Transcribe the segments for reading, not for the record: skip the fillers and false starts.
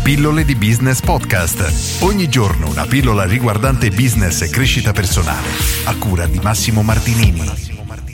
Pillole di Business Podcast. Ogni giorno una pillola riguardante business e crescita personale. A cura di Massimo Martinini.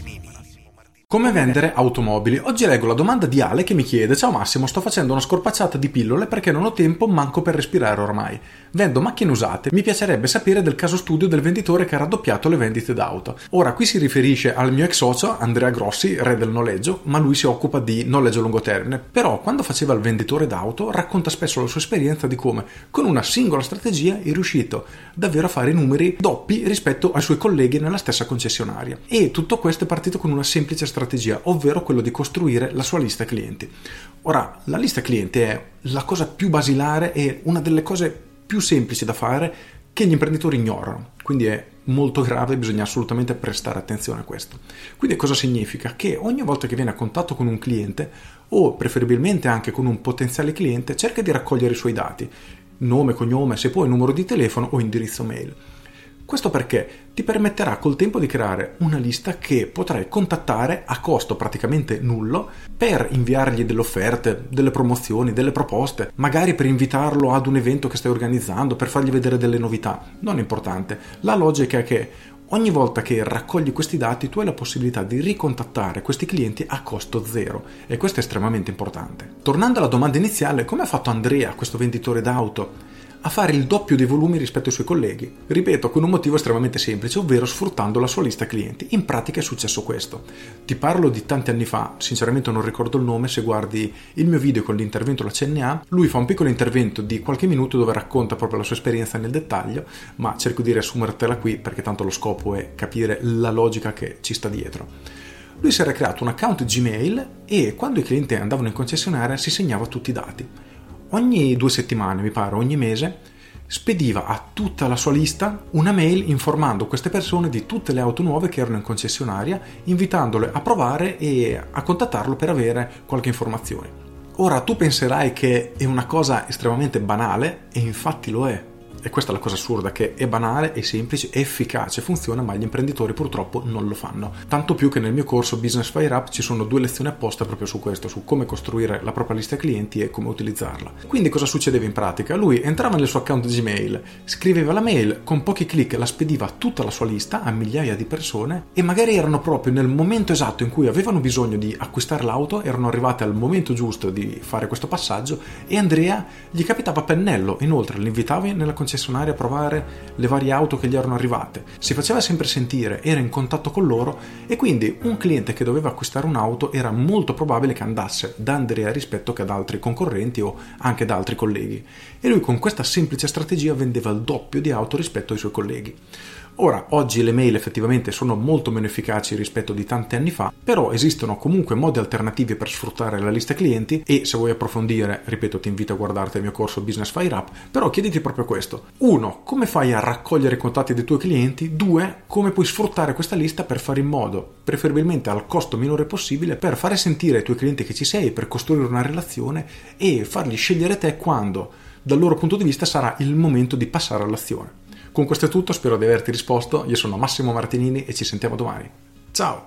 Come vendere automobili? Oggi leggo la domanda di Ale che mi chiede: ciao Massimo, sto facendo una scorpacciata di pillole perché non ho tempo manco per respirare ormai. Vendo macchine usate, mi piacerebbe sapere del caso studio del venditore che ha raddoppiato le vendite d'auto. Ora, qui si riferisce al mio ex socio Andrea Grossi, re del noleggio, ma lui si occupa di noleggio a lungo termine. Però quando faceva il venditore d'auto racconta spesso la sua esperienza di come con una singola strategia è riuscito davvero a fare i numeri doppi rispetto ai suoi colleghi nella stessa concessionaria. E tutto questo è partito con una semplice strategia, ovvero quello di costruire la sua lista clienti. Ora, la lista clienti è la cosa più basilare e una delle cose più semplici da fare che gli imprenditori ignorano, quindi è molto grave, bisogna assolutamente prestare attenzione a questo. Quindi cosa significa? Che ogni volta che viene a contatto con un cliente o preferibilmente anche con un potenziale cliente, cerca di raccogliere i suoi dati, nome, cognome, se puoi numero di telefono o indirizzo mail. Questo perché ti permetterà col tempo di creare una lista che potrai contattare a costo praticamente nullo per inviargli delle offerte, delle promozioni, delle proposte, magari per invitarlo ad un evento che stai organizzando, per fargli vedere delle novità. Non è importante. La logica è che ogni volta che raccogli questi dati tu hai la possibilità di ricontattare questi clienti a costo zero e questo è estremamente importante. Tornando alla domanda iniziale, come ha fatto Andrea, questo venditore d'auto, a fare il doppio dei volumi rispetto ai suoi colleghi? Ripeto, con un motivo estremamente semplice, ovvero sfruttando la sua lista clienti. In pratica è successo questo. Ti parlo di tanti anni fa, sinceramente non ricordo il nome, se guardi il mio video con l'intervento alla CNA, lui fa un piccolo intervento di qualche minuto dove racconta proprio la sua esperienza nel dettaglio, ma cerco di riassumertela qui perché tanto lo scopo è capire la logica che ci sta dietro. Lui si era creato un account Gmail e quando i clienti andavano in concessionaria si segnava tutti i dati. Ogni 2 settimane, mi pare, ogni mese, spediva a tutta la sua lista una mail informando queste persone di tutte le auto nuove che erano in concessionaria, invitandole a provare e a contattarlo per avere qualche informazione. Ora, tu penserai che è una cosa estremamente banale, e infatti lo è. E questa è la cosa assurda, che è banale, è semplice, è efficace, funziona, ma gli imprenditori purtroppo non lo fanno. Tanto più che nel mio corso Business Fire Up ci sono 2 lezioni apposta proprio su questo, su come costruire la propria lista clienti e come utilizzarla. Quindi cosa succedeva in pratica? Lui entrava nel suo account Gmail, scriveva la mail, con pochi clic la spediva a tutta la sua lista, a migliaia di persone, e magari erano proprio nel momento esatto in cui avevano bisogno di acquistare l'auto, erano arrivate al momento giusto di fare questo passaggio e Andrea gli capitava a pennello. Inoltre l'invitava nella concessionaria a provare le varie auto che gli erano arrivate, si faceva sempre sentire, era in contatto con loro e quindi un cliente che doveva acquistare un'auto era molto probabile che andasse da Andrea rispetto che ad altri concorrenti o anche da altri colleghi, e lui con questa semplice strategia vendeva il doppio di auto rispetto ai suoi colleghi. Ora, oggi le mail effettivamente sono molto meno efficaci rispetto di tanti anni fa, però esistono comunque modi alternativi per sfruttare la lista clienti e se vuoi approfondire, ripeto, ti invito a guardarti il mio corso Business Fire Up, però chiediti proprio questo. 1. Come fai a raccogliere i contatti dei tuoi clienti? 2. Come puoi sfruttare questa lista per fare in modo, preferibilmente al costo minore possibile, per fare sentire ai tuoi clienti che ci sei, per costruire una relazione e fargli scegliere te quando, dal loro punto di vista, sarà il momento di passare all'azione. Con questo è tutto, spero di averti risposto. Io sono Massimo Martinini e ci sentiamo domani. Ciao!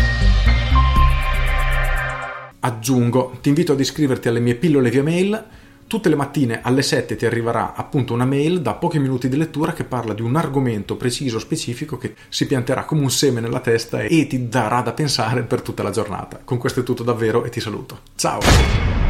Aggiungo, ti invito ad iscriverti alle mie pillole via mail. Tutte le mattine alle 7 ti arriverà appunto una mail da pochi minuti di lettura che parla di un argomento preciso, specifico, che si pianterà come un seme nella testa e ti darà da pensare per tutta la giornata. Con questo è tutto davvero e ti saluto. Ciao!